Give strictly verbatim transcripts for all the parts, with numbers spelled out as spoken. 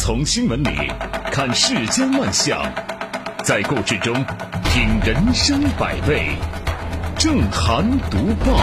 从新闻里看世间万象，在故事中品人生百味。正涵读报，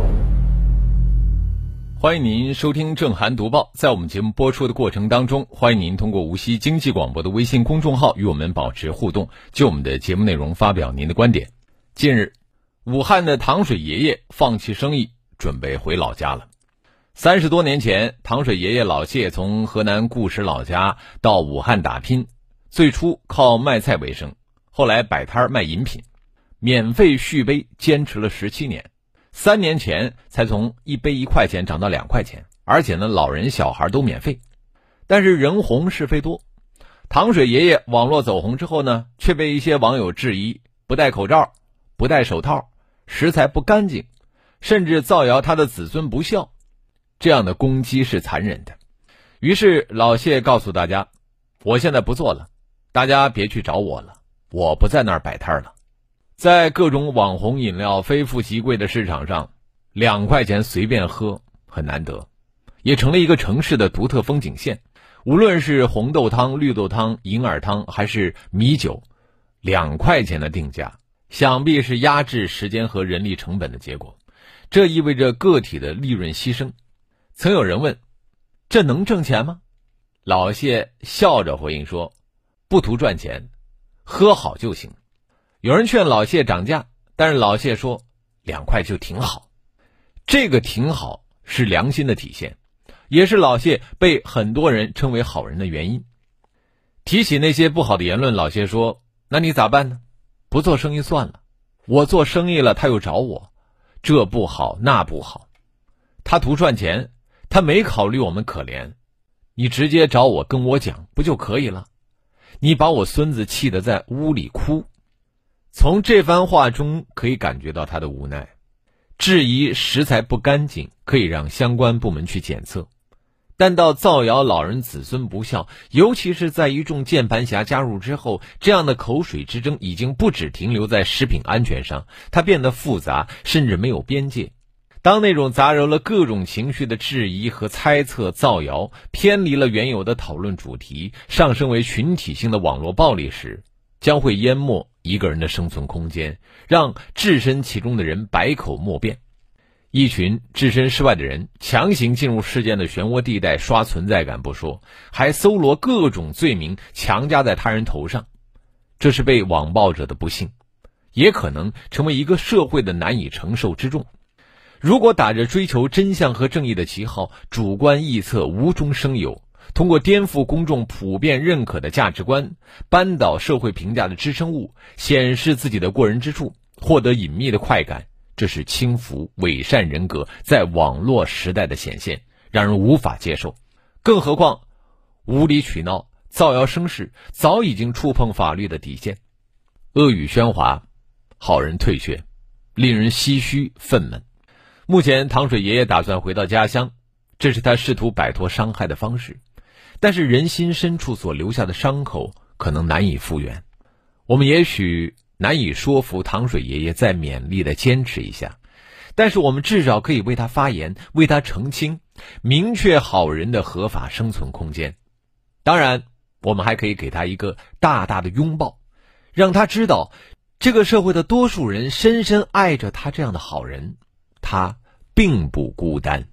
欢迎您收听正涵读报。在我们节目播出的过程当中，欢迎您通过无锡经济广播的微信公众号与我们保持互动，就我们的节目内容发表您的观点。近日，武汉的糖水爷爷放弃生意，准备回老家了。三十多年前，糖水爷爷老谢从河南固始老家到武汉打拼，最初靠卖菜为生，后来摆摊卖饮品，免费续杯坚持了十七年，三年前才从一杯一块钱涨到两块钱，而且呢，老人小孩都免费。但是人红是非多，糖水爷爷网络走红之后呢，却被一些网友质疑不戴口罩、不戴手套、食材不干净，甚至造谣他的子孙不孝。这样的攻击是残忍的。于是老谢告诉大家，我现在不做了，大家别去找我了，我不在那儿摆摊了。在各种网红饮料非富即贵的市场上，两块钱随便喝很难得，也成了一个城市的独特风景线。无论是红豆汤、绿豆汤、银耳汤还是米酒，两块钱的定价想必是压制时间和人力成本的结果，这意味着个体的利润牺牲。曾有人问，这能挣钱吗？老谢笑着回应说，不图赚钱，喝好就行。有人劝老谢涨价，但是老谢说两块就挺好。这个挺好是良心的体现，也是老谢被很多人称为好人的原因。提起那些不好的言论，老谢说，那你咋办呢？不做生意算了，我做生意了他又找我，这不好那不好。他图赚钱，他没考虑我们可怜，你直接找我跟我讲不就可以了？你把我孙子气得在屋里哭。从这番话中可以感觉到他的无奈。质疑食材不干净可以让相关部门去检测，但到造谣老人子孙不孝，尤其是在一众键盘侠加入之后，这样的口水之争已经不只停留在食品安全上，它变得复杂，甚至没有边界。当那种杂糅了各种情绪的质疑和猜测、造谣偏离了原有的讨论主题，上升为群体性的网络暴力时，将会淹没一个人的生存空间，让置身其中的人百口莫辩。一群置身事外的人强行进入事件的漩涡地带，刷存在感不说，还搜罗各种罪名强加在他人头上。这是被网暴者的不幸，也可能成为一个社会的难以承受之重。如果打着追求真相和正义的旗号，主观臆测无中生有，通过颠覆公众普遍认可的价值观，扳倒社会评价的支撑物，显示自己的过人之处，获得隐秘的快感，这是轻浮伪善人格在网络时代的显现，让人无法接受。更何况无理取闹、造谣生事早已经触碰法律的底线。恶语喧哗，好人退却，令人唏嘘愤懑。目前糖水爷爷打算回到家乡，这是他试图摆脱伤害的方式，但是人心深处所留下的伤口可能难以复原。我们也许难以说服糖水爷爷再勉力的坚持一下，但是我们至少可以为他发言，为他澄清，明确好人的合法生存空间。当然，我们还可以给他一个大大的拥抱，让他知道这个社会的多数人深深爱着他这样的好人，他并不孤单。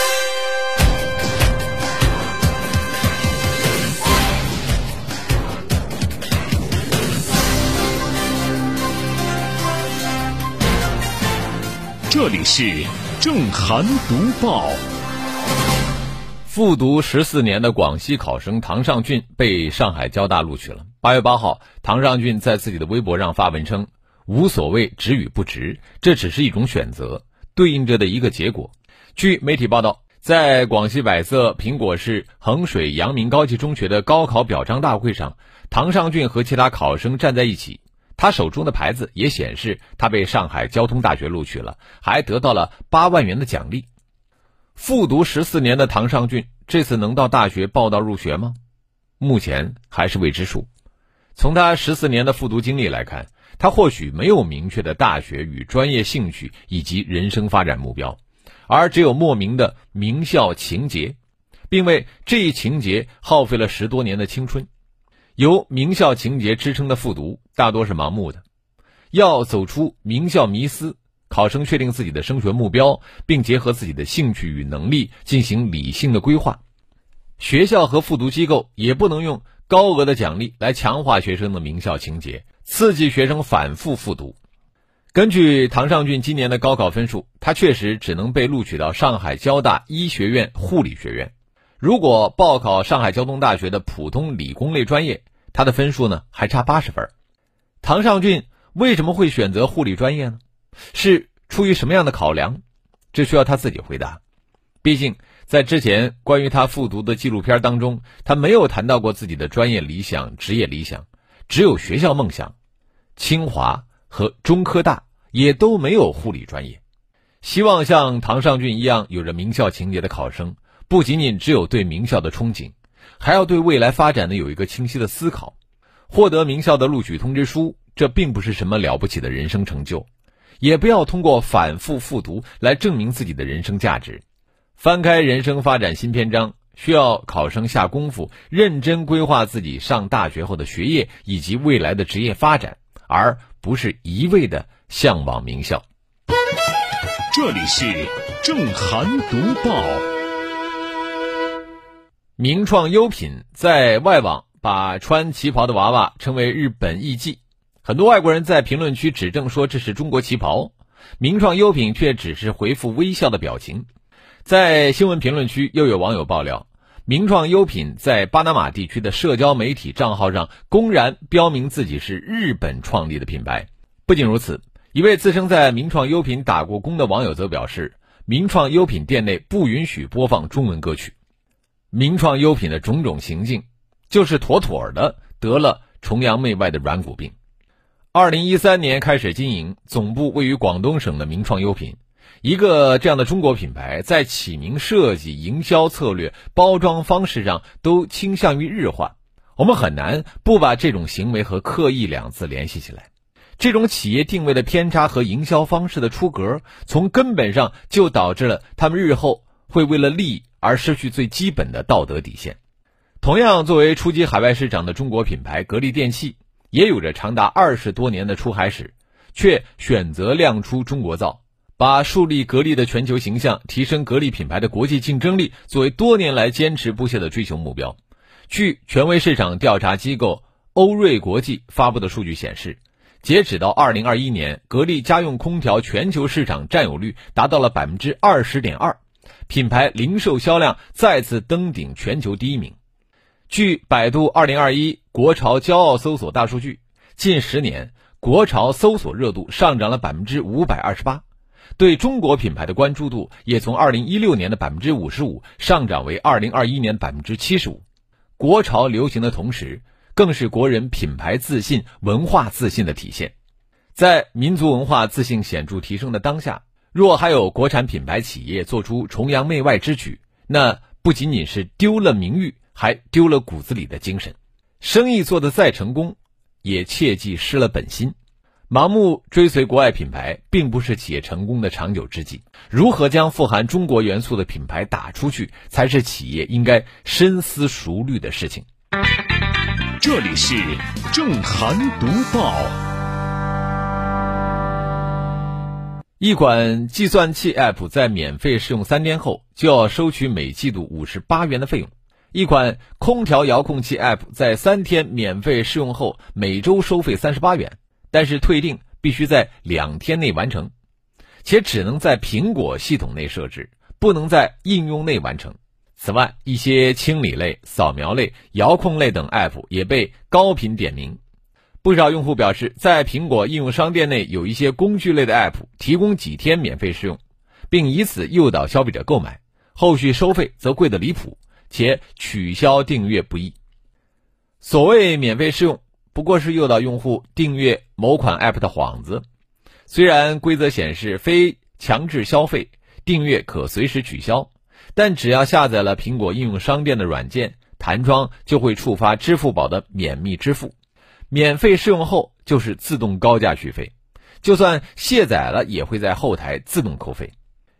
这里是正涵读报。 复读十四年的广西考生唐尚俊被上海交大录取了。八月八号，唐尚俊在自己的微博上发文称，无所谓值与不值，这只是一种选择，对应着的一个结果。据媒体报道，在广西百色苹果市衡水阳明高级中学的高考表彰大会上，唐尚俊和其他考生站在一起，他手中的牌子也显示他被上海交通大学录取了，还得到了八万元的奖励。复读十四年的唐尚俊这次能到大学报到入学吗？目前还是未知数。从他十四年的复读经历来看，他或许没有明确的大学与专业兴趣以及人生发展目标，而只有莫名的名校情结， 并为这一情节耗费了十多年的青春。由名校情节支撑的复读大多是盲目的，要走出名校迷思，考生确定自己的升学目标，并结合自己的兴趣与能力进行理性的规划。学校和复读机构也不能用高额的奖励来强化学生的名校情节，刺激学生反复复读。根据唐尚俊今年的高考分数，他确实只能被录取到上海交大医学院护理学院。如果报考上海交通大学的普通理工类专业，他的分数呢还差八十分。唐尚俊为什么会选择护理专业呢？是出于什么样的考量？这需要他自己回答。毕竟在之前关于他复读的纪录片当中，他没有谈到过自己的专业理想、职业理想，只有学校梦想。清华和中科大也都没有护理专业。希望像唐尚俊一样有着名校情节的考生，不仅仅只有对名校的憧憬，还要对未来发展的有一个清晰的思考。获得名校的录取通知书，这并不是什么了不起的人生成就，也不要通过反复复读来证明自己的人生价值。翻开人生发展新篇章，需要考生下功夫，认真规划自己上大学后的学业以及未来的职业发展，而不是一味的向往名校。 这里是正涵读报。 名创优品在外网把穿旗袍的娃娃称为日本艺伎，很多外国人在评论区指证说这是中国旗袍，名创优品却只是回复微笑的表情。在新闻评论区又有网友爆料，名创优品在巴拿马地区的社交媒体账号上公然标明自己是日本创立的品牌。不仅如此，一位自称在名创优品打过工的网友则表示，名创优品店内不允许播放中文歌曲。名创优品的种种行径，就是妥妥的得了崇洋媚外的软骨病。二零一三年开始经营，总部位于广东省的名创优品，一个这样的中国品牌，在起名设计、营销策略、包装方式上都倾向于日化，我们很难不把这种行为和刻意两字联系起来。这种企业定位的偏差和营销方式的出格，从根本上就导致了他们日后会为了利益而失去最基本的道德底线。同样，作为出击海外市场的中国品牌格力电器，也有着长达二十多年的出海史，却选择亮出中国造，把树立格力的全球形象、提升格力品牌的国际竞争力作为多年来坚持不懈的追求目标。据权威市场调查机构欧瑞国际发布的数据显示，截止到二零二一年，格力家用空调全球市场占有率达到了 百分之二十点二， 品牌零售销量再次登顶全球第一名。据百度二零二一国潮骄傲搜索大数据，近十年国潮搜索热度上涨了 百分之五百二十八， 对中国品牌的关注度也从二零一六年的 百分之五十五 上涨为二零二一年 百分之七十五。 国潮流行的同时，更是国人品牌自信、文化自信的体现。在民族文化自信显著提升的当下，若还有国产品牌企业做出崇洋媚外之举，那不仅仅是丢了名誉，还丢了骨子里的精神。生意做得再成功，也切忌失了本心。盲目追随国外品牌并不是企业成功的长久之计，如何将富含中国元素的品牌打出去，才是企业应该深思熟虑的事情。 这里是正涵读报。 一款计算器 App 在免费试用三天后就要收取每季度五十八元的费用。一款空调遥控器 App 在三天免费试用后每周收费三十八元，但是退订必须在两天内完成，且只能在苹果系统内设置，不能在应用内完成。此外，一些清理类、扫描类、遥控类等 App 也被高频点名。不少用户表示，在苹果应用商店内有一些工具类的 App 提供几天免费试用，并以此诱导消费者购买，后续收费则贵得离谱，且取消订阅不易。所谓免费试用，不过是诱导用户订阅某款 App 的幌子。虽然规则显示非强制消费，订阅可随时取消，但只要下载了苹果应用商店的软件，弹窗就会触发支付宝的免密支付。免费试用后就是自动高价续费，就算卸载了也会在后台自动扣费。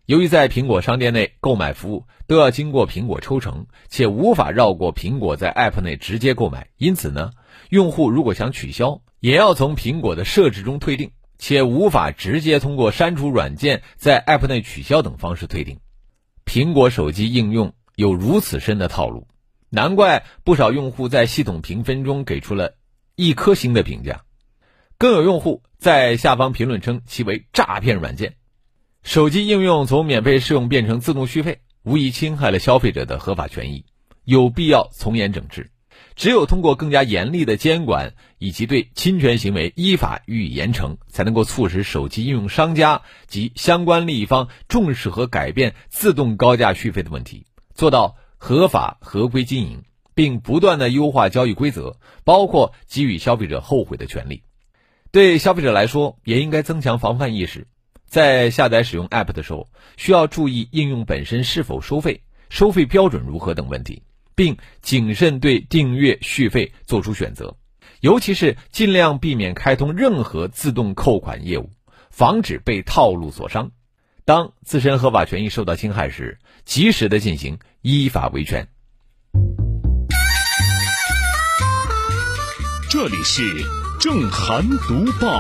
由于在苹果商店内购买服务都要经过苹果抽成，且无法绕过苹果在 App 内直接购买，因此呢，用户如果想取消，也要从苹果的设置中退订，且无法直接通过删除软件在 App 内取消等方式退订。苹果手机应用有如此深的套路，难怪不少用户在系统评分中给出了一颗星的评价，更有用户在下方评论称其为诈骗软件。手机应用从免费试用变成自动续费，无疑侵害了消费者的合法权益，有必要从严整治。只有通过更加严厉的监管以及对侵权行为依法予以严惩，才能够促使手机应用商家及相关利益方重视和改变自动高价续费的问题，做到合法合规经营，并不断的优化交易规则，包括给予消费者后悔的权利。对消费者来说，也应该增强防范意识，在下载使用 App 的时候，需要注意应用本身是否收费、收费标准如何等问题，并谨慎对订阅续费做出选择，尤其是尽量避免开通任何自动扣款业务，防止被套路所伤。当自身合法权益受到侵害时，及时的进行依法维权。 这里是正涵读报。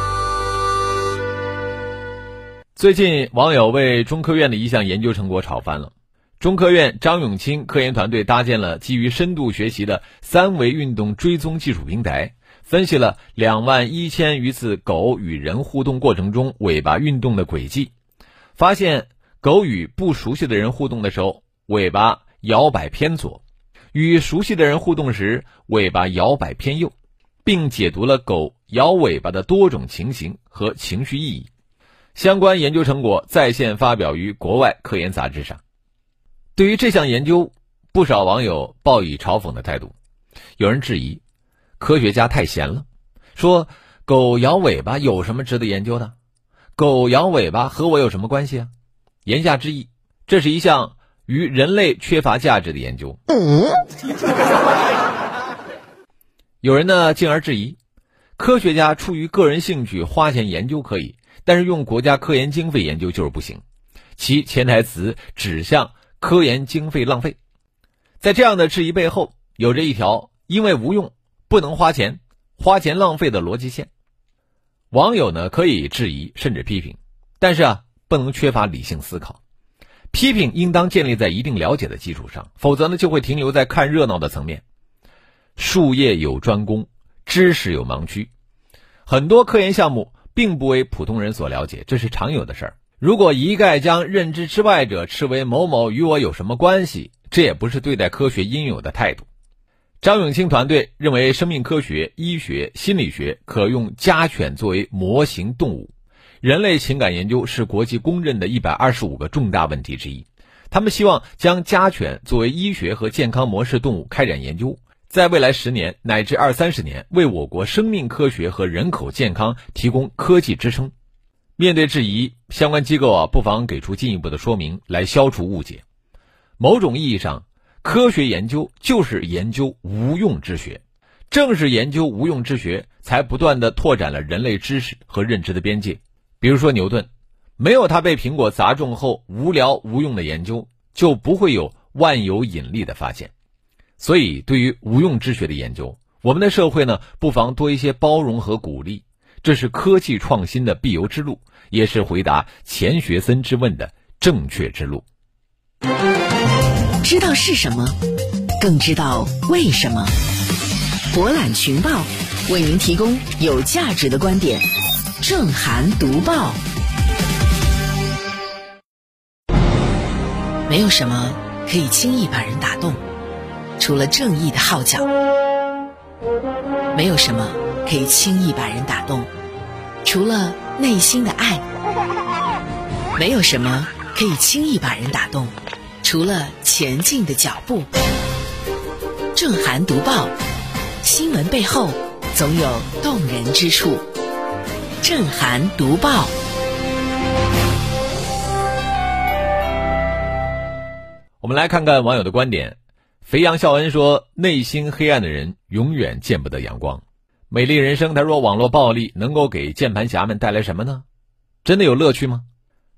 最近网友为中科院的一项研究成果吵翻了。中科院张永清科研团队搭建了基于深度学习的三维运动追踪技术平台，分析了两万一千余次狗与人互动过程中尾巴运动的轨迹，发现狗与不熟悉的人互动的时候，尾巴摇摆偏左，与熟悉的人互动时，尾巴摇摆偏右，并解读了狗摇尾巴的多种情形和情绪意义。相关研究成果在线发表于国外科研杂志上。对于这项研究，不少网友抱以嘲讽的态度。有人质疑科学家太闲了，说狗摇尾巴有什么值得研究的？狗摇尾巴和我有什么关系啊？言下之意，这是一项与人类缺乏价值的研究。嗯、有人呢进而质疑，科学家出于个人兴趣花钱研究可以，但是用国家科研经费研究就是不行，其潜台词指向科研经费浪费。在这样的质疑背后，有着一条因为无用不能花钱，花钱浪费的逻辑线。网友呢可以质疑甚至批评，但是啊不能缺乏理性思考。批评应当建立在一定了解的基础上，否则呢就会停留在看热闹的层面。术业有专攻，知识有盲区，很多科研项目并不为普通人所了解，这是常有的事儿。如果一概将认知之外者视为某某与我有什么关系，这也不是对待科学应有的态度。张永清团队认为，生命科学、医学、心理学可用家犬作为模型动物，人类情感研究是国际公认的一百二十五个重大问题之一。他们希望将家犬作为医学和健康模式动物开展研究，在未来十年乃至二三十年，为我国生命科学和人口健康提供科技支撑。面对质疑，相关机构啊不妨给出进一步的说明，来消除误解。某种意义上，科学研究就是研究无用之学，正是研究无用之学，才不断地拓展了人类知识和认知的边界。比如说牛顿，没有他被苹果砸中后无聊无用的研究，就不会有万有引力的发现。所以对于无用之学的研究，我们的社会呢不妨多一些包容和鼓励，这是科技创新的必由之路，也是回答钱学森之问的正确之路。 知道是什么，更知道为什么。博览群报为您提供有价值的观点，正涵读报。没有什么可以轻易把人打动，除了正义的号角；没有什么可以轻易把人打动，除了内心的爱；没有什么可以轻易把人打动，除了前进的脚步。正涵读报，新闻背后总有动人之处。正涵读报。 我们来看看网友的观点。肥羊笑恩说，内心黑暗的人永远见不得阳光。美丽人生他说，网络暴力能够给键盘侠们带来什么呢？真的有乐趣吗？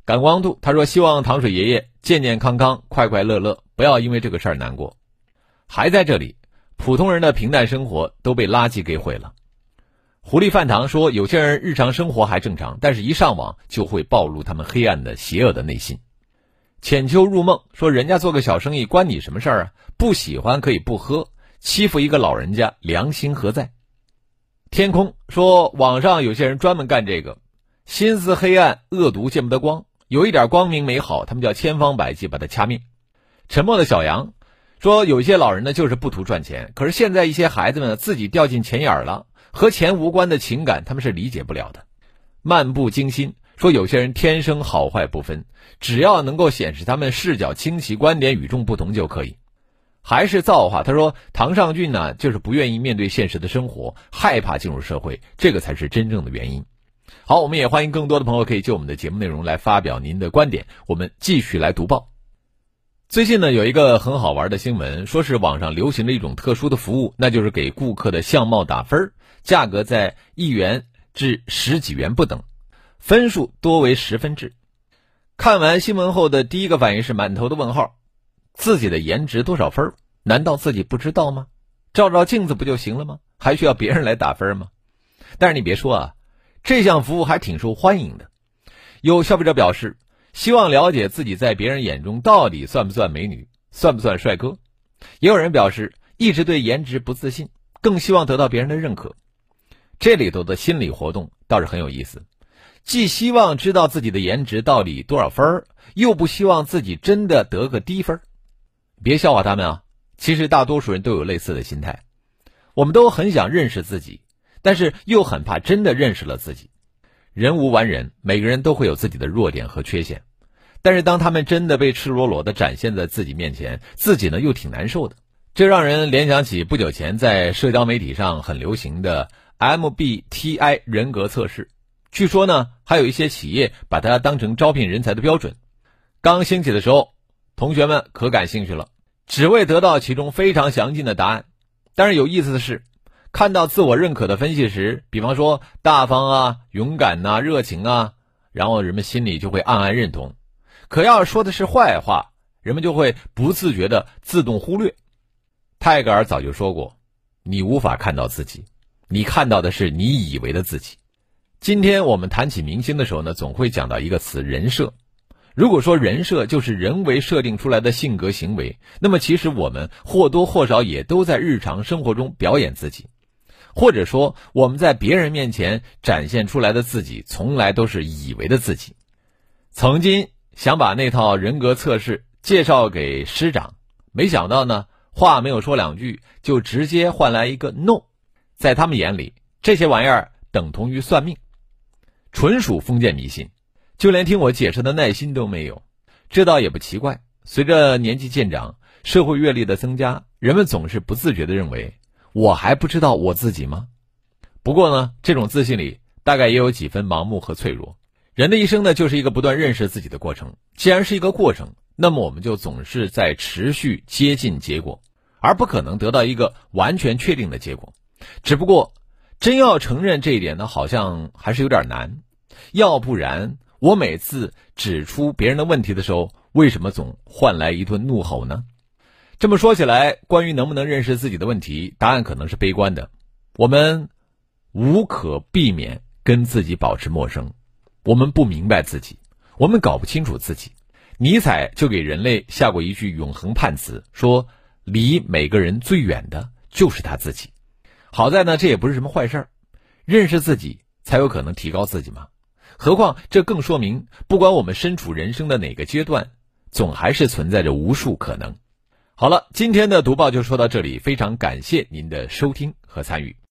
感光度他说希望糖水爷爷健健康康快快乐乐，不要因为这个事儿难过。还在这里，普通人的平淡生活都被垃圾给毁了。狐狸饭堂说有些人日常生活还正常，但是一上网就会暴露他们黑暗的邪恶的内心。浅秋入梦说人家做个小生意关你什么事儿啊，不喜欢可以不喝，欺负一个老人家良心何在。天空说网上有些人专门干这个，心思黑暗恶毒见不得光，有一点光明美好他们就要千方百计把它掐灭。沉默的小羊说有些老人呢就是不图赚钱，可是现在一些孩子们自己掉进钱眼了，和钱无关的情感他们是理解不了的。漫步惊心说有些人天生好坏不分，只要能够显示他们视角清奇观点与众不同就可以。还是造化他说唐尚俊呢就是不愿意面对现实的生活，害怕进入社会，这个才是真正的原因。好，我们也欢迎更多的朋友可以就我们的节目内容来发表您的观点，我们继续来读报。最近呢有一个很好玩的新闻，说是网上流行的一种特殊的服务，那就是给顾客的相貌打分，价格在一元至十几元不等，分数多为十分制。看完新闻后的第一个反应是满头的问号，自己的颜值多少分，难道自己不知道吗？照照镜子不就行了吗？还需要别人来打分吗？但是你别说啊，这项服务还挺受欢迎的。有消费者表示希望了解自己在别人眼中到底算不算美女，算不算帅哥。也有人表示一直对颜值不自信，更希望得到别人的认可。这里头的心理活动倒是很有意思，既希望知道自己的颜值到底多少分，又不希望自己真的得个低分。别笑话他们啊，其实大多数人都有类似的心态。我们都很想认识自己，但是又很怕真的认识了自己。人无完人，每个人都会有自己的弱点和缺陷，但是当他们真的被赤裸裸地展现在自己面前，自己呢又挺难受的。这让人联想起不久前在社交媒体上很流行的 M B T I 人格测试，据说呢还有一些企业把它当成招聘人才的标准。刚兴起的时候，同学们可感兴趣了，只为得到其中非常详尽的答案。但是有意思的是，看到自我认可的分析时，比方说大方啊、勇敢啊、热情啊，然后人们心里就会暗暗认同。可要是说的是坏话，人们就会不自觉地自动忽略。泰戈尔早就说过，你无法看到自己，你看到的是你以为的自己。今天我们谈起明星的时候呢，总会讲到一个词，人设。如果说人设就是人为设定出来的性格行为，那么其实我们或多或少也都在日常生活中表演自己，或者说我们在别人面前展现出来的自己从来都是以为的自己。曾经想把那套人格测试介绍给师长，没想到呢话没有说两句就直接换来一个 no。 在他们眼里这些玩意儿等同于算命，纯属封建迷信，就连听我解释的耐心都没有。这倒也不奇怪，随着年纪渐长，社会阅历的增加，人们总是不自觉地认为我还不知道我自己吗？不过呢，这种自信里大概也有几分盲目和脆弱。人的一生呢，就是一个不断认识自己的过程。既然是一个过程，那么我们就总是在持续接近结果，而不可能得到一个完全确定的结果。只不过真要承认这一点呢，好像还是有点难。要不然我每次指出别人的问题的时候，为什么总换来一顿怒吼呢？这么说起来，关于能不能认识自己的问题，答案可能是悲观的。我们无可避免跟自己保持陌生，我们不明白自己，我们搞不清楚自己。尼采就给人类下过一句永恒判词，说离每个人最远的就是他自己。好在呢，这也不是什么坏事儿，认识自己才有可能提高自己嘛。何况这更说明，不管我们身处人生的哪个阶段，总还是存在着无数可能。好了，今天的读报就说到这里，非常感谢您的收听和参与。